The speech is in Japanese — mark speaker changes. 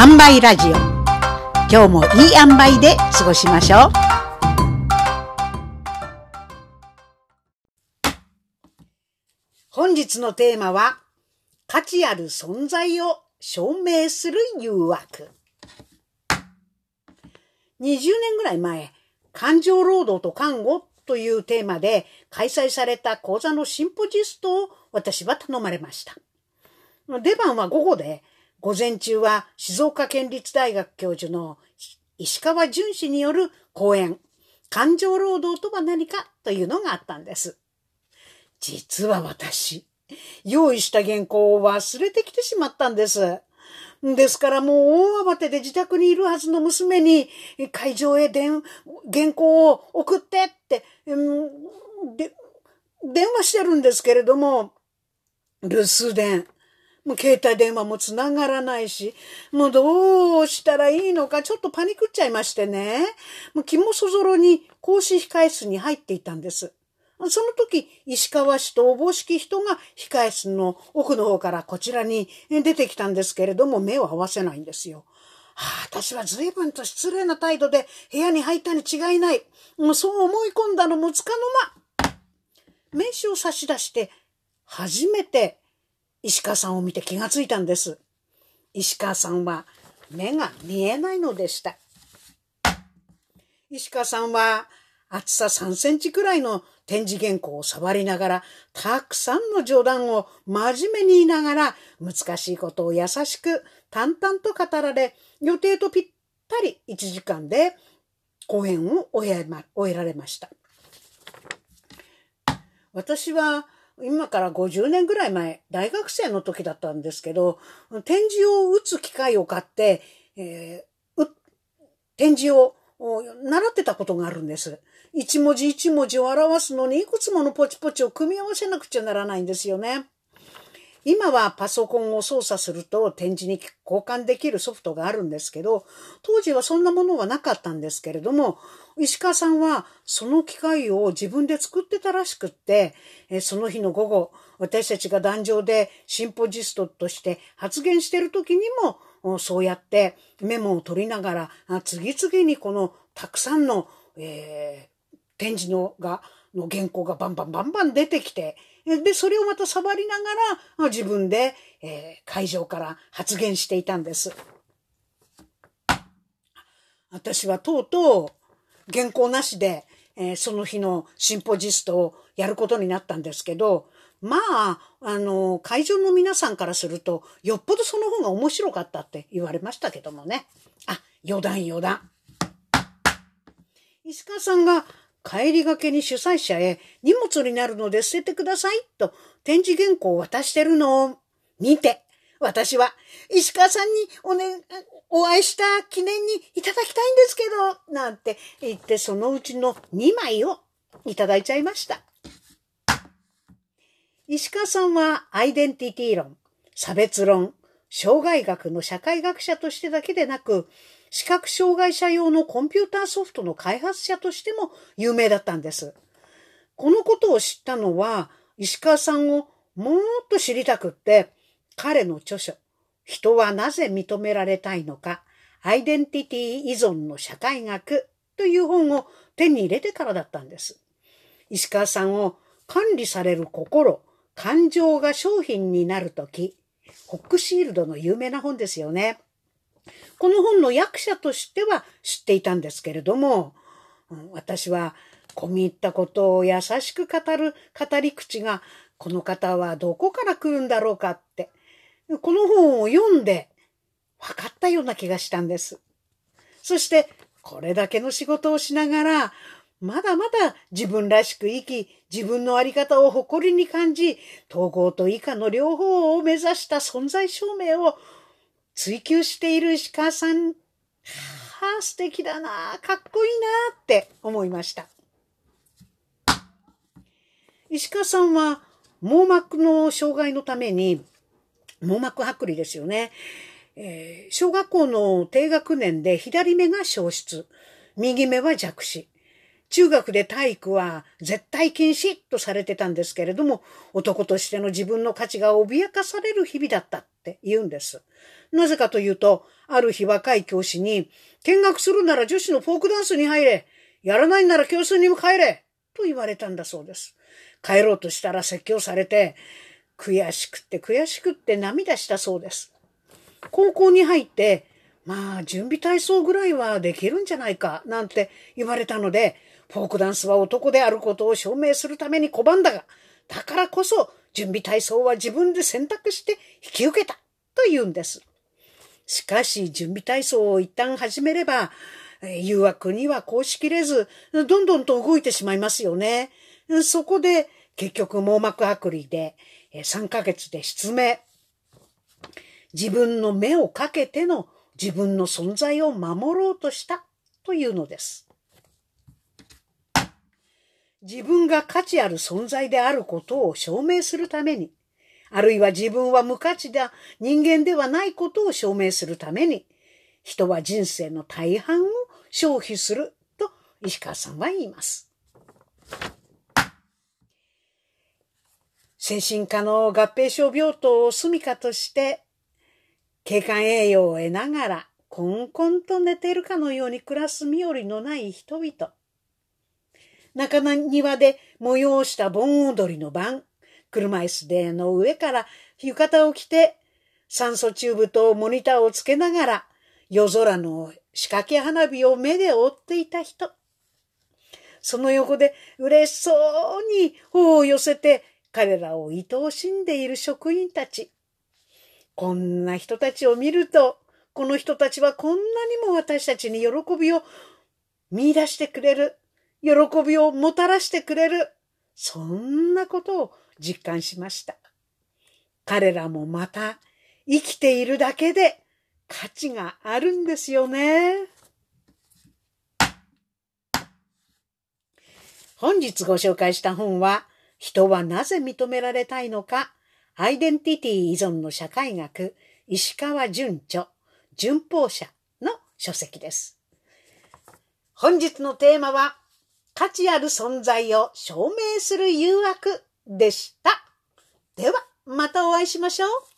Speaker 1: 塩梅ラジオ。今日もいい塩梅で過ごしましょう。本日のテーマは、価値ある存在を証明する誘惑。20年ぐらい前、感情労働と看護というテーマで開催された講座のシンポジストを私は頼まれました。出番は午後で、午前中は静岡県立大学教授の石川淳氏による講演、感情労働とは何かというのがあったんです。実は私、用意した原稿を忘れてきてしまったんです。ですからもう大慌てで自宅にいるはずの娘に会場へ原稿を送ってって、電話してるんですけれども、留守電。もう携帯電話もつながらないし、もうどうしたらいいのかちょっとパニクっちゃいましてね。もう気もそぞろに講師控室に入っていたんです。その時、石川氏とおぼしき人が控室の奥の方からこちらに出てきたんですけれども、目を合わせないんですよ。私は随分と失礼な態度で部屋に入ったに違いない。もうそう思い込んだのもつかの間。名刺を差し出して、初めて石川さんを見て気がついたんです。石川さんは目が見えないのでした。石川さんは厚さ3センチくらいの展示原稿を触りながら、たくさんの冗談を真面目に言いながら、難しいことを優しく淡々と語られ、予定とぴったり1時間で講演を終えられました。私は今から50年ぐらい前、大学生の時だったんですけど、展示を打つ機械を買って、展示を習ってたことがあるんです。一文字一文字を表すのにいくつものポチポチを組み合わせなくちゃならないんですよね。今はパソコンを操作すると展示に交換できるソフトがあるんですけど、当時はそんなものはなかったんですけれども、石川さんはその機械を自分で作ってたらしくって、その日の午後、私たちが壇上でシンポジストとして発言している時にも、そうやってメモを取りながら、次々にこのたくさんの、展示の原稿がバンバン出てきて、で、それをまた触りながら自分で、会場から発言していたんです。私はとうとう原稿なしで、その日のシンポジストをやることになったんですけど、会場の皆さんからすると、よっぽどその方が面白かったって言われましたけどもね。余談。石川さんが帰りがけに主催者へ荷物になるので捨ててくださいと展示原稿を渡してるのを見て、私は石川さんにお会いした記念にいただきたいんですけど、なんて言ってそのうちの2枚をいただいちゃいました。石川さんはアイデンティティ論、差別論、障害学の社会学者としてだけでなく、視覚障害者用のコンピューターソフトの開発者としても有名だったんです。このことを知ったのは、石川さんをもっと知りたくって、彼の著書、人はなぜ認められたいのか、アイデンティティ依存の社会学という本を手に入れてからだったんです。石川さんを管理される心、感情が商品になるとき、ホックシールドの有名な本ですよね。この本の訳者としては知っていたんですけれども、私は込み入ったことを優しく語る語り口が、この方はどこから来るんだろうかって、この本を読んで分かったような気がしたんです。そしてこれだけの仕事をしながら、まだまだ自分らしく生き、自分の在り方を誇りに感じ、統合と以下の両方を目指した存在証明を追求している石川さん、素敵だな、かっこいいなって思いました。石川さんは網膜の障害のために、網膜剥離ですよね。小学校の低学年で左目が消失、右目は弱視。 中学で体育は絶対禁止とされてたんですけれども、男としての自分の価値が脅かされる日々だったって言うんです。なぜかというと、ある日若い教師に、見学するなら女子のフォークダンスに入れ、やらないなら教室にも帰れ、と言われたんだそうです。帰ろうとしたら説教されて、悔しくって涙したそうです。高校に入って、準備体操ぐらいはできるんじゃないか、なんて言われたので、フォークダンスは男であることを証明するために拒んだが、だからこそ準備体操は自分で選択して引き受けた、と言うんです。しかし準備体操を一旦始めれば、誘惑にはこしきれず、どんどんと動いてしまいますよね。そこで結局網膜剥離で3ヶ月で失明。自分の目をかけての自分の存在を守ろうとしたというのです。自分が価値ある存在であることを証明するために、あるいは自分は無価値な人間ではないことを証明するために、人は人生の大半を消費すると石川さんは言います。精神科の合併症病棟を住処として経管栄養を得ながらこんこんと寝ているかのように暮らす身寄りのない人々。中庭で催した盆踊りの晩、車椅子での上から浴衣を着て酸素チューブとモニターをつけながら夜空の仕掛け花火を目で追っていた人。その横で嬉しそうに頬を寄せて彼らを愛おしんでいる職員たち。こんな人たちを見ると、この人たちはこんなにも私たちに喜びを見出してくれる。喜びをもたらしてくれる。そんなことを実感しました。彼らもまた生きているだけで価値があるんですよね。本日ご紹介した本は、人はなぜ認められたいのか、アイデンティティ依存の社会学、石川淳著、順法社の書籍です。本日のテーマは、価値ある存在を証明する誘惑でした。では、またお会いしましょう。